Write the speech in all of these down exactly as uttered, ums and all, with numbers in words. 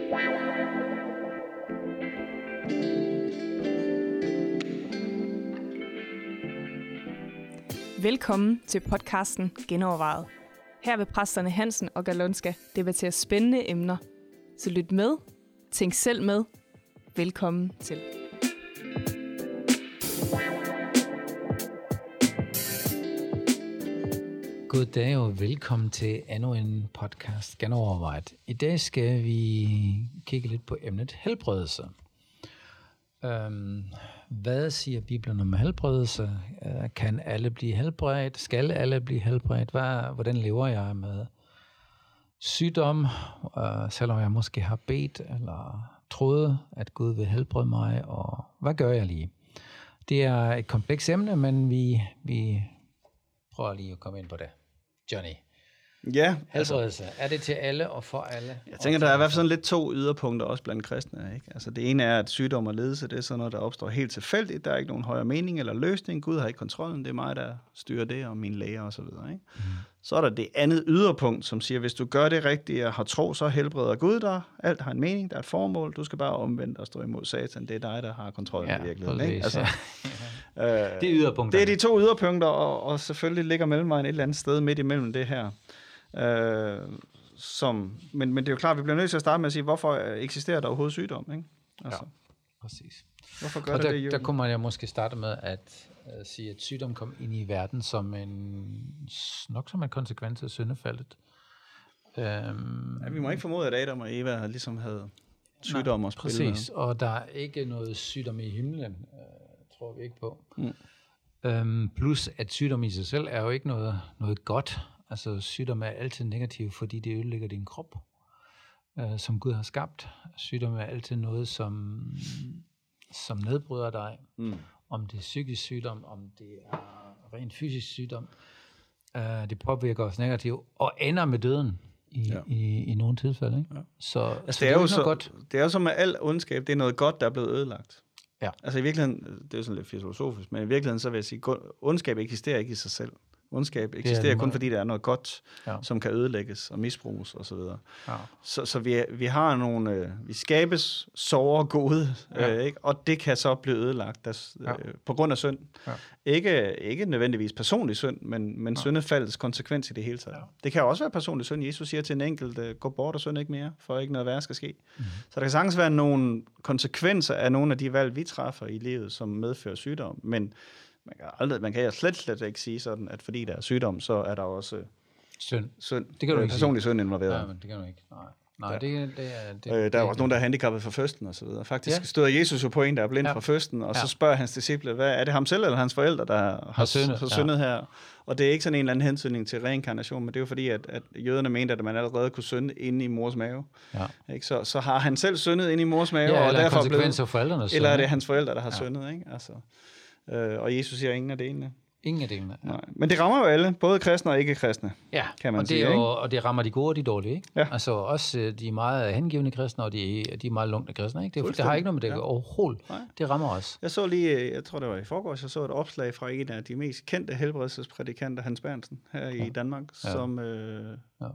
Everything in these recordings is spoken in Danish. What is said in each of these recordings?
Velkommen til podcasten Genovervejet. Her vil præsterne Hansen og Galonska debattere spændende emner. Så lyt med, tænk selv med. Velkommen til. Goddag og velkommen til endnu en podcast Genovervejet. I dag skal vi kigge lidt på emnet helbredelse. Øhm, hvad siger Bibelen om helbredelse? Øh, kan alle blive helbredt? Skal alle blive helbredt? Hvad, hvordan lever jeg med sygdom, øh, selvom jeg måske har bedt eller troet, at Gud vil helbrede mig? Og hvad gør jeg lige? Det er et komplekst emne, men vi, vi prøver lige at komme ind på det. Johnny. Ja, helbredelse. Altså, er det til alle og for alle? Jeg tænker, der er i hvert fald sådan lidt to yderpunkter også blandt kristne. Ikke? Altså, det ene er, at sygdom og lidelse, det er sådan noget, der opstår helt tilfældigt. Der er ikke nogen højere mening eller løsning. Gud har ikke kontrollen. Det er mig, der styrer det, og mine læger osv. Mm. Så er der det andet yderpunkt, som siger, hvis du gør det rigtigt og har tro, så helbreder Gud dig. Alt har en mening, der er et formål. Du skal bare omvende og stå imod Satan. Det er dig, der har kontrollen ja, i virkeligheden. Ikke? Altså, ja. øh, det er yderpunkter. Det er de to yderpunkter, og, og selvfølgelig ligger mellemvejen et eller andet sted midt imellem det her. Øh, som, men, men det er jo klart, at vi bliver nødt til at starte med at sige, hvorfor eksisterer der overhovedet sygdom? Ikke? Altså, ja, præcis. Hvorfor gør og det der, det? Der kunne man jo måske starte med at uh, sige, at sygdom kom ind i verden som en, nok som en konsekvens af syndefaldet. Um, ja, vi må ikke formode, at Adam og Eva ligesom havde sygdom nej, og spille. Præcis, med. Og der er ikke noget sygdom i himlen, uh, tror vi ikke på. Mm. Um, plus at sygdom i sig selv er jo ikke noget, noget godt. Altså sygdom er altid negativ, fordi det ødelægger din krop, øh, som Gud har skabt. Sygdom er altid noget, som, som nedbryder dig. Mm. Om det er psykisk sygdom, om det er rent fysisk sygdom. Øh, det påvirker os negativt og ender med døden i, ja. i, i nogle tilfælde. Ikke? Ja. Så, altså, så det, er det, er jo så, godt. Det er jo som med al ondskab, det er noget godt, der er blevet ødelagt. Ja. Altså i virkeligheden, det er jo sådan lidt filosofisk, men i virkeligheden så vil jeg sige, ondskab eksisterer ikke i sig selv. Ondskab eksisterer kun fordi der er noget godt, ja. Som kan ødelægges og misbruges og så videre. Ja. Så, så vi, vi har nogle, øh, vi skabes såre gode, ja. øh, ikke? Og det kan så blive ødelagt der, øh, ja. På grund af synd. Ja. Ikke, ikke nødvendigvis personlig synd, men, men ja. Syndefaldets konsekvens i det hele taget. Ja. Det kan også være personlig synd. Jesus siger til en enkelt, øh, gå bort og synd ikke mere, for ikke noget værre skal ske. Mm-hmm. Så der kan sagtens være nogle konsekvenser af nogle af de valg, vi træffer i livet, som medfører sygdom, men Man kan, aldrig, man kan slet, slet ikke sige sådan, at fordi der er sygdom, så er der også synd. synd. Det kan du ikke personlig synd involveret. Nej, men det kan du ikke. Nej, Nej ja. det, det er... Det, øh, der er det, også nogen, der er handicappet fra fødslen og så videre. Faktisk ja. støder Jesus jo på en, der er blind ja. fra fødslen, og ja. så spørger hans disciple, hvad er det ham selv eller hans forældre, der har, har syndet, har syndet ja. her? Og det er ikke sådan en eller anden hensynning til reinkarnation, men det er jo fordi, at, at jøderne mente, at man allerede kunne synde inde i mors mave. Ja. Ikke? Så, så har han selv syndet inde i mors mave, ja, og eller derfor konsekvens af forældrenes synd. Eller er det hans forældre, der har ja. syndet, ikke? Altså, øh, og Jesus siger ingen af delene. Ingen af delene. Ja. Nej. Men det rammer jo alle, både kristne og ikke-kristne, ja, kan man og det sige. Jo, ikke? Og det rammer de gode og de dårlige. Ikke? Ja. Altså også de meget hengivne kristne og de, de meget lunkne kristne. Ikke? Det, det har ikke noget med det ja. overhovedet. Nej. Det rammer os. Jeg så lige, jeg tror det var i forgårs, jeg så et opslag fra en af de mest kendte helbredelsesprædikanter, Hans Bernsen, her ja. i Danmark, ja. som øh, ja.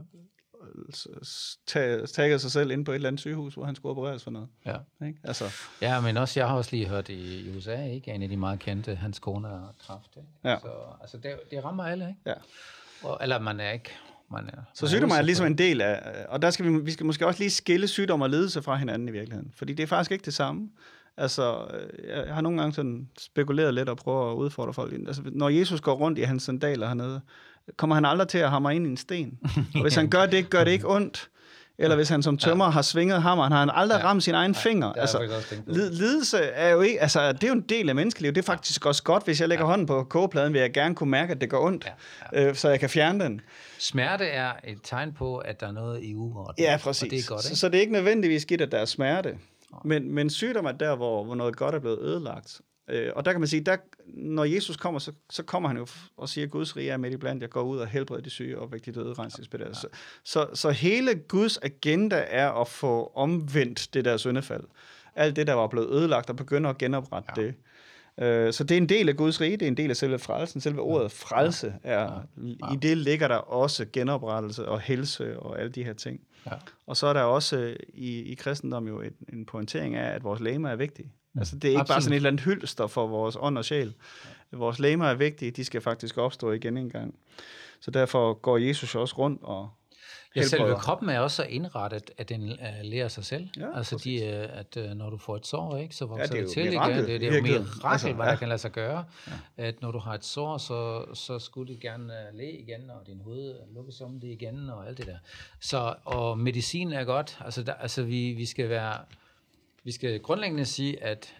taggede sig selv ind på et eller andet sygehus, hvor han skulle opereres for noget. Ja, ikke? Altså. Ja, men også, jeg har også lige hørt i U S A, ikke? En af de meget kendte, hans kone har kræft. Ja. Så altså, det, det rammer alle, ikke? Ja. Og, eller man er ikke... Man er, så sygdom er ligesom en del af... Og der skal vi, vi skal måske også lige skille sygdom og lidelse fra hinanden i virkeligheden. Fordi det er faktisk ikke det samme. Altså, jeg har nogle gange sådan spekuleret lidt og prøvet at udfordre folk. Altså, når Jesus går rundt i hans sandaler hernede, kommer han aldrig til at hamre ind i en sten. Og hvis han gør det, gør det ikke ondt. Eller hvis han som tømrer ja. har svinget hammeren, har han aldrig ja. ramt sin egen ja, finger. Altså, lidelse er jo ikke, altså, det er jo en del af menneskelivet. Det er faktisk også godt, hvis jeg lægger ja. hånden på kogepladen, vil jeg gerne kunne mærke, at det gør ondt, ja. Ja. Øh, så jeg kan fjerne den. Smerte er et tegn på, at der er noget i uorden. Ja, præcis. Og det er godt, så, så det er ikke nødvendigvis skidt, at der er smerte. Men, men sygdom er der, hvor, hvor noget godt er blevet ødelagt. Øh, og der kan man sige, der, når Jesus kommer, så, så kommer han jo og siger, at Guds rige er midt i blandt, jeg går ud og helbreder de syge og væk de døde, rensningsbedre. Ja. Så, så, så hele Guds agenda er at få omvendt det der syndefald. Alt det, der var blevet ødelagt, og begynde at genoprette ja. det. Øh, så det er en del af Guds rige, det er en del af selve frelsen. Selve ordet frelse er, ja. Ja. I det ligger der også genoprettelse og helse og alle de her ting. Ja. Og så er der også i, i kristendom jo en, en pointering af, at vores legemer er vigtige. Mm. Altså det er ikke Absolut. Bare sådan et eller andet hylster for vores ånd og sjæl. Ja. Vores legemer er vigtige, de skal faktisk opstå igen en gang. Så derfor går Jesus også rundt og ja, selve kroppen er også så indrettet, at den uh, lærer sig selv. Ja, altså, de, uh, at uh, når du får et sår, ikke, så vokser ja, det, det til igen. Det, det er jo mirakel, altså, hvad ja. der kan lade sig gøre. Ja. At når du har et sår, så, så skulle det gerne uh, læge igen, og din hoved lukkes om det igen, og alt det der. Så, og medicin er godt. Altså, der, altså vi, vi skal være, vi skal grundlæggende sige, at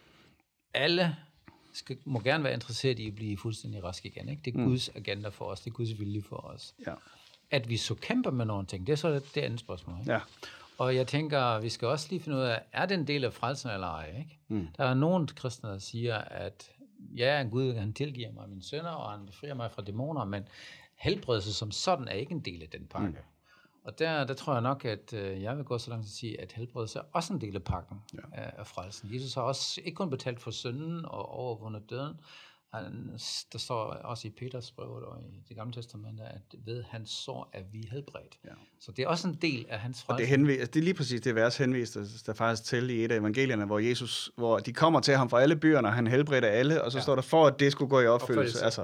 alle skal, må gerne være interesseret i at blive fuldstændig rask igen. Ikke? Det er mm. Guds agenda for os, det er Guds vilje for os. Ja. At vi så kæmper med nogle ting, det er så det, det andet spørgsmål. Ikke? Ja. Og jeg tænker, vi skal også lige finde ud af, er det en del af frelsen eller ej? Ikke? Mm. Der er nogle kristne, der siger, at ja, Gud han tilgiver mig mine synder, og han befrier mig fra dæmoner, men helbredelse som sådan er ikke en del af den pakke. Mm. Og der, der tror jeg nok, at øh, jeg vil gå så langt at sige, at helbredelse er også en del af pakken ja. af, af frelsen. Jesus har også ikke kun betalt for synden og overvundet døden. Han, der står også i Peters brev og i det gamle testamente, at ved hans sår er vi helbredt. Ja. Så det er også en del af hans frelse. Og det, henvis, det er lige præcis det vers henvist, der, der faktisk til i et af evangelierne, hvor Jesus, hvor de kommer til ham fra alle byerne, og han helbredte alle, og så ja. står der for, at det skulle gå i opfyldelse. opfyldelse altså. Ja.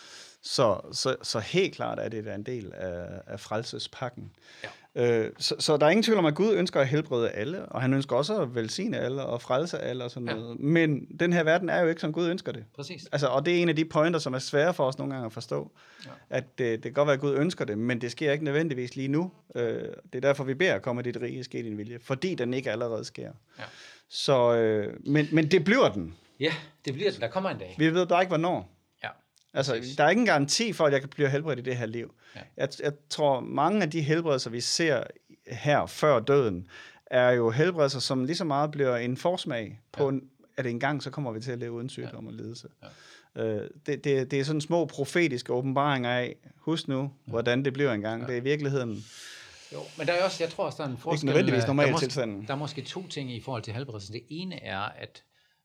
Så, så, så helt klart er det en del af, af frelsespakken. Ja. Øh, så, så der er ingen tvivl om, at Gud ønsker at helbrede alle, og han ønsker også at velsigne alle og frelse alle og sådan noget. Ja. Men den her verden er jo ikke, som Gud ønsker det. Præcis. Altså, og det er en af de pointer, som er svære for os nogle gange at forstå. Ja. At det, det kan godt være, at Gud ønsker det, men det sker ikke nødvendigvis lige nu. Øh, det er derfor, vi beder, komme dit rige, ske din vilje, fordi den ikke allerede sker. Ja. Så, øh, men, men det bliver den. Ja, det bliver den. Der kommer en dag. Vi ved bare ikke, hvornår. Altså, der er ikke en garanti for, at jeg kan blive helbredt i det her liv. Ja. Jeg, jeg tror, mange af de helbredelser, vi ser her før døden, er jo helbredelser, som lige så meget bliver en forsmag på, ja. en, at en gang så kommer vi til at leve uden sygdom ja. og lidelse. Ja. Øh, det, det, det er sådan små profetiske åbenbaringer af, husk nu, ja. hvordan det bliver engang. Ja. Det er i virkeligheden... Jo, men der er også, jeg tror også, der er en forskel... Ikke nødvendigvis normalt der, tilstanden. Der er måske to ting i forhold til helbredelse. Det ene er, at...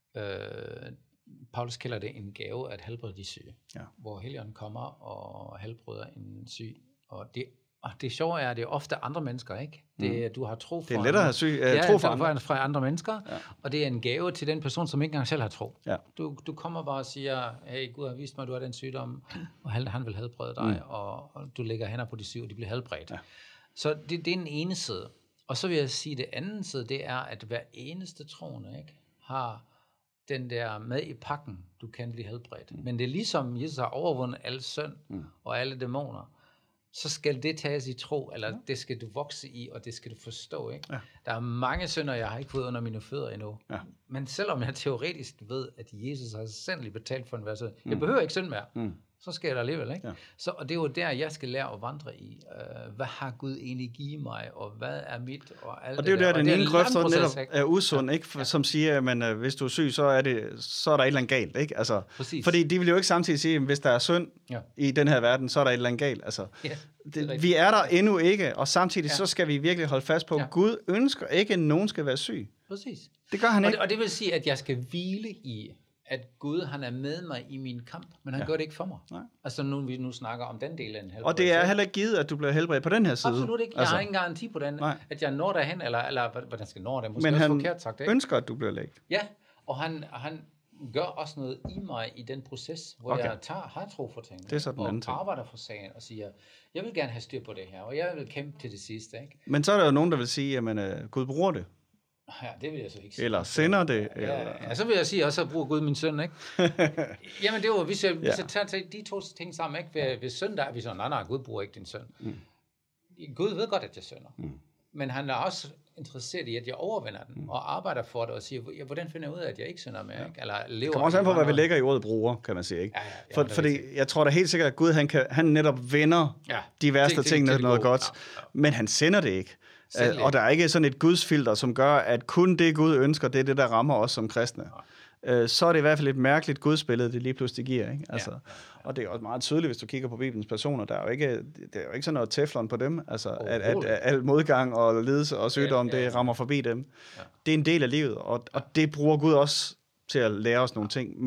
Øh, Paulus kalder det en gave at helbrede de syge, ja. hvor Helligånden kommer og helbreder en syg. Og det, og det sjove er, at det er ofte andre mennesker, ikke? Det, mm. Du har tro for det er lettere at have syg, uh, ja, tro for andre. fra andre mennesker, ja. og det er en gave til den person, som ikke engang selv har tro. Ja. Du, du kommer bare og siger, hey, Gud har vist mig, at du har den sygdom, og han, han vil helbrede dig, mm. og, og du lægger hænder på de syge, og de bliver helbredt. Ja. Så det, det er den ene side. Og så vil jeg sige, at det anden side, det er, at hver eneste troende ikke, har den der med i pakken, du kan blive helbredt. Mm. Men det er ligesom Jesus har overvundet alle synd mm. og alle dæmoner, så skal det tages i tro, eller ja. det skal du vokse i, og det skal du forstå. Ikke? Ja. Der er mange synder, jeg har ikke fået under mine fødder endnu. Ja. Men selvom jeg teoretisk ved, at Jesus har sandelig betalt for en hver synd, mm. jeg behøver ikke synd mere, mm. så skal jeg der alligevel. Ikke? Ja. Så, og det er jo der, jeg skal lære at vandre i. Uh, hvad har Gud egentlig givet mig, og hvad er mit, og alt og det. Og det er jo der, den ene grøft netop ikke? er usund, ja. ikke? For, ja. som siger, at man, uh, hvis du er syg, så er, det, så er der et eller andet galt. Ikke? Altså, fordi de vil jo ikke samtidig sige, at hvis der er synd ja. i den her verden, så er der et eller andet galt. Altså, ja. Det, vi er der endnu ikke, og samtidig ja. så skal vi virkelig holde fast på, at ja. Gud ønsker ikke, at nogen skal være syg. Præcis. Det gør han og ikke. Det, og det vil sige, at jeg skal hvile i, at Gud han er med mig i min kamp, men han ja. gør det ikke for mig. Nej. Altså nu vi nu snakker om den del af en helbred. Og det er heller ikke givet, at du bliver helbredt på den her side. Absolut ikke. Jeg altså. har ingen garanti på den, Nej. at jeg når derhen, eller, eller hvordan skal nå det. Måske men også han forkert sagt, ikke? ønsker, at du bliver lægt. Ja, og han, han gør også noget i mig i den proces, hvor okay. jeg tager, har tro for tingene, det er sådan og anden ting. arbejder for sagen, og siger, jeg vil gerne have styr på det her, og jeg vil kæmpe til det sidste. Ikke? Men så er der jo nogen, der vil sige, at uh, Gud bruger det. Ja, det vil jeg så ikke sige. Eller sender det. Ja, eller... ja, ja, så vil jeg sige også, at bruger Gud min søn, ikke? Jamen det var, hvis jeg, ja. hvis jeg tager de to ting sammen, ikke? Ved, ved søn, der er vi så, nej, nej, Gud bruger ikke din søn. Mm. Gud ved godt, at jeg sønder. Mm. Men han er også interesseret i, at jeg overvinder den, mm. og arbejder for det, og siger, ja, hvordan finder jeg ud af, at jeg ikke synder mere, ikke? Eller lever. Det kommer også an på, hvad vi lægger i ordet bruger, kan man sige, ikke? Ja, ja, ja, for, fordi rigtigt. Jeg tror da helt sikkert, at Gud, han, kan, han netop vender ja, de værste ting, til noget godt, ja, ja. men han sender det ikke. Selv, og der er ikke sådan et gudsfilter, som gør, at kun det Gud ønsker, det er det, der rammer os som kristne. Ja. Så er det i hvert fald et mærkeligt gudsbillede, det lige pludselig giver. Ikke? Altså, ja. Og det er også meget tydeligt, hvis du kigger på Bibelens personer. Der er jo ikke, der er jo ikke sådan noget teflon på dem. Altså, at, at, at al modgang og lidelse og sygdom, ja, ja, ja. det rammer forbi dem. Ja. Det er en del af livet, og, og det bruger Gud også til at lære os nogle ting. Men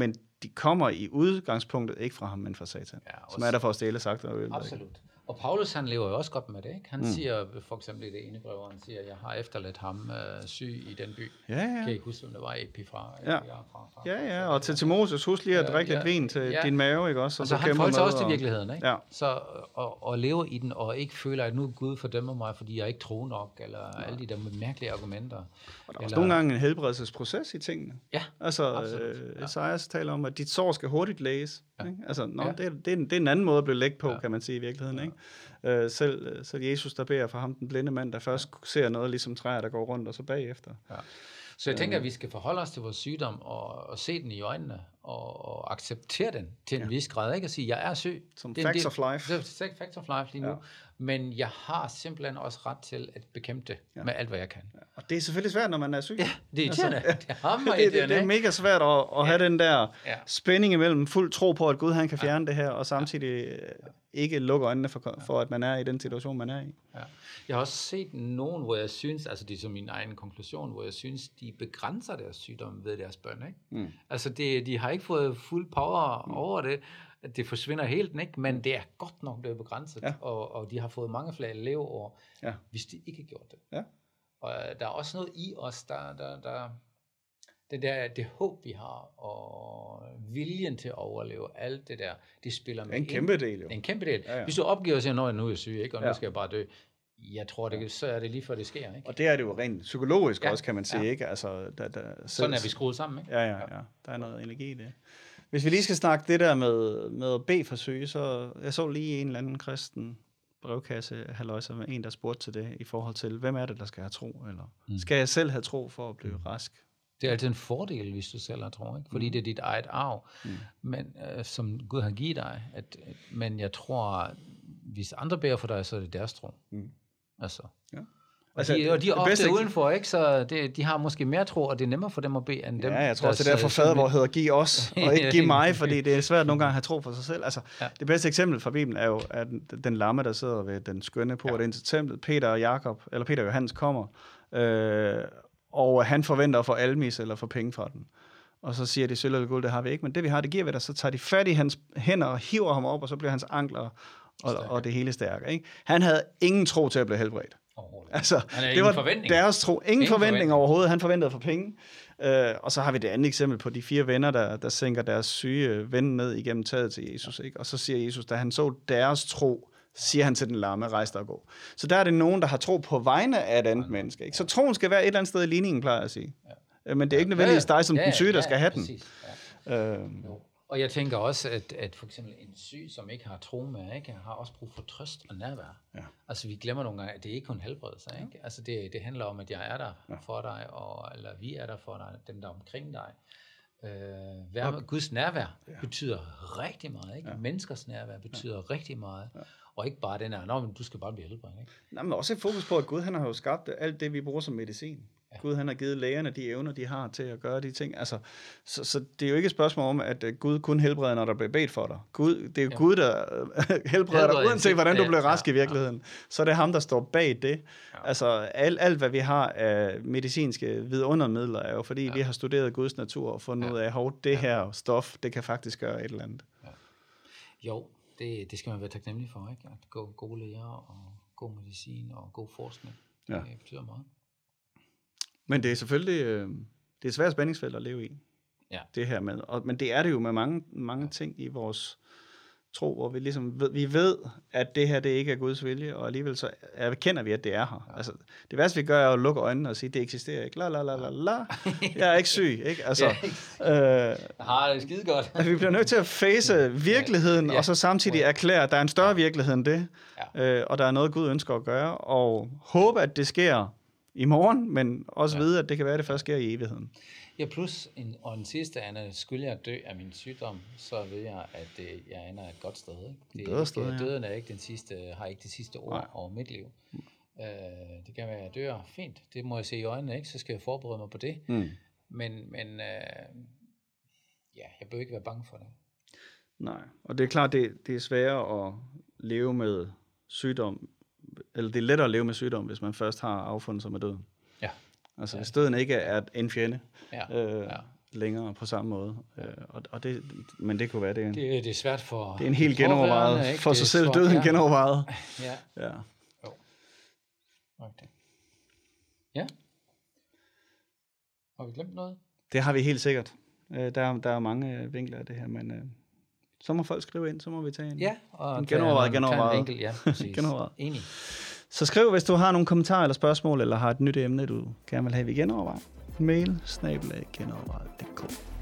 de kommer i udgangspunktet ikke fra ham, men fra Satan, ja, som er der for at stjæle, sagt og ødelægge. Absolut. Og Paulus, han lever jo også godt med det, ikke? Han mm. siger for eksempel i det ene brev, han siger, jeg har efterladt ham øh, syg i den by. Ja, ja. Kan I huske, om det var Epifra? Ja, fra, fra, ja, ja. Og til Timotheus, husk lige at drikke ja, lidt vin til ja. din mave, ikke også? Og så han forholder sig også til virkeligheden, ikke? Ja. Så, og, og lever i den, og ikke føler, at nu Gud fordømmer mig, fordi jeg ikke tror nok, eller ja. alle de der mærkelige argumenter. Og der er også nogle gange en helbredelsesproces i tingene. Ja, altså, øh, ja. Esajas taler om, at dit sår skal hurtigt læges. Ja. Ikke? Altså, nå, ja. det, er, det, er en, det er en anden måde at blive lægt på, ja. kan man sige i virkeligheden, ikke? Uh, selv, selv Jesus, der beder for ham, den blinde mand, der først ser noget, ligesom træer, der går rundt, og så bagefter. Ja. Så jeg tænker, at vi skal forholde os til vores sygdom, og, og se den i øjnene, og, og acceptere den til en ja. vis grad, ikke? At sige, jeg er syg. Som facts del, of life. Det er facts of life lige nu. Ja. Men jeg har simpelthen også ret til at bekæmpe det ja. med alt, hvad jeg kan. Ja. Og det er selvfølgelig svært, når man er syg. Ja, det er altså, det, det, det, det, det er mega svært at, at ja. have den der ja. spænding imellem fuld tro på, at Gud han kan fjerne ja. det her, og samtidig ja. ikke lukke øjnene for, for, at man er i den situation, man er i. Ja. Jeg har også set nogen, hvor jeg synes, altså det er så min egen konklusion, hvor jeg synes, de begrænser deres sygdom ved deres børn, ikke? Mm. Altså det, de har ikke fået fuld power mm. over det, det forsvinder helt, ikke? Men det er godt nok blevet begrænset, ja. og, og de har fået mange flere leveår, ja. hvis de ikke har gjort det. Ja. Og der er også noget i os, der, der, der det der, det håb vi har, og viljen til at overleve, alt det der, det spiller med en kæmpe del, jo. Det er en kæmpe del. Ja, ja. Hvis du opgiver sig, når jeg nu er syg, ikke? Og ja. nu skal jeg bare dø, jeg tror, det, så er det lige før det sker, ikke? Og det er det jo rent psykologisk ja. også, kan man sige, ja. ikke? Altså, der, der, sådan er vi skruet sammen, ikke? Ja, ja, ja. Der er noget energi i det. Hvis vi lige skal snakke det der med, med at bede for syge, så jeg så lige en eller anden kristen brevkasse, halløjser med en, der spurgte til det, i forhold til, hvem er det, der skal have tro? Eller mm. skal jeg selv have tro for at blive rask? Det er altid en fordel, hvis du selv har tro, ikke? Fordi mm. det er dit eget arv, mm. men, øh, som Gud har givet dig. At, men jeg tror, hvis andre beder for dig, så er det deres tro. Mm. Altså. Ja. Og, altså, de, og de er ofte bedste... udenfor, ikke? Så det, de har måske mere tro, og det er nemmere for dem at bede, end dem. Ja, jeg tror også, det er derfor fader, hvor hedder, giv os, og ikke giv mig, fordi det er svært nogle gange at have tro for sig selv. Altså, ja. Det bedste eksempel fra Bibelen er jo, at den lamme, der sidder ved den skønne port ja. ind til templet, Peter og Jakob, eller Peter og Johannes kommer, øh, og han forventer at få almis eller få penge fra den. Og så siger de, sølv eller guld, det har vi ikke, men det vi har, det giver vi dig. Så tager de fat i hans hænder og hiver ham op, og så bliver hans ankler og, og det hele stærkere. Ikke? Han havde ingen tro til at blive helbredt. Altså, det var forventning. Deres tro. Ingen, ingen forventning, forventning overhovedet. Han forventede for penge. Uh, og så har vi det andet eksempel på de fire venner, der, der sænker deres syge ven ned igennem taget til Jesus. Ikke? Og så siger Jesus, da han så deres tro, siger han til den lamme, rejs dig og gå. Så der er det nogen, der har tro på vegne af et andet menneske. Ikke? Så troen skal være et eller andet sted i ligningen, plejer jeg at sige. Ja. Men det er ikke nødvendigvis dig som ja, den syge, der ja, skal have den. Ja. Uh, Og jeg tænker også, at, at for eksempel en syg, som ikke har tro med, ikke, har også brug for trøst og nærvær. Ja. Altså vi glemmer nogle gange, at det ikke kun helbredelse. Ikke? Ja. Altså det, det handler om, at jeg er der ja. for dig, og, eller vi er der for dig, dem der er omkring dig. Øh, vær, og, Guds nærvær ja. betyder rigtig meget. Ikke? Ja. Menneskers nærvær betyder ja. rigtig meget. Ja. Og ikke bare den her, nå, men du skal bare blive helbredt. Ikke? Nej, men også et fokus på, at Gud han har jo skabt alt det, vi bruger som medicin. Ja. Gud han har givet lægerne de evner, de har til at gøre de ting. Altså, så, så det er jo ikke et spørgsmål om, at Gud kun helbreder, når der bliver bedt for dig. Gud, det er jo ja. Gud, der helbreder dig, uanset hvordan du bliver rask ja. i virkeligheden. Ja. Så er det ham, der står bag det. Ja. Altså, alt, alt, hvad vi har af medicinske vidundermidler, er jo fordi, ja. vi har studeret Guds natur og fundet ja. ud af, at det ja. her stof, det kan faktisk gøre et eller andet. Ja. Jo, det, det skal man være taknemmelig for, ikke? At gå gode læger og god medicin og god forskning. Ja. Det betyder meget. Men det er selvfølgelig øh, det er et svært spændingsfelt at leve i, ja. det her med. Og, men det er det jo med mange, mange ting i vores tro, hvor vi ligesom ved, vi ved, at det her det ikke er Guds vilje, og alligevel så erkender vi, at det er her. Ja. Altså, det værste vi gør er at lukke øjnene og sige, det eksisterer ikke. La, la, la, la, la. Jeg er ikke syg, ikke? Altså, øh, jeg har det skide godt. Altså, vi bliver nødt til at face virkeligheden, ja. og så samtidig erklære, at der er en større virkelighed end det, ja. øh, og der er noget, Gud ønsker at gøre, og håbe, at det sker i morgen, men også ja. vide, at det kan være, at det først sker i evigheden. Ja, plus, en, og den sidste er, skulle jeg dø af min sygdom, så ved jeg, at det, jeg ender et godt sted. Ikke? Det er ikke, sted, ja. Døden er ikke den sidste, har ikke det sidste ord Nej. over mit liv. Mm. Uh, det kan være, at jeg dør fint. Det må jeg se i øjnene, ikke? Så skal jeg forberede mig på det. Mm. Men, men uh, ja, jeg bør ikke være bange for det. Nej, og det er klart, det, det er sværere at leve med sygdom, eller det er lettere at leve med sygdom, hvis man først har affundet sig med døden. Ja. Altså, ja. hvis døden ikke er en fjende, ja. Øh, ja. længere på samme måde. Øh, og, og det, men det kunne være, det er en, det, det er svært for... Det er en helt genovervejet, for sig selv døden ja. genovervejet. Ja. Ja. Jo. Okay. Ja. Har vi glemt noget? Det har vi helt sikkert. Der, der er mange vinkler af det her, men så må folk skrive ind, så må vi tage en, ja, og en genovervejet, genovervejet. Vinkel, ja, præcis. genovervejet. Enig. Så skriv, hvis du har nogle kommentarer eller spørgsmål, eller har et nyt emne, du gerne vil have, vi genovervejer. Mail, snabelag, genovervejet punktum d k.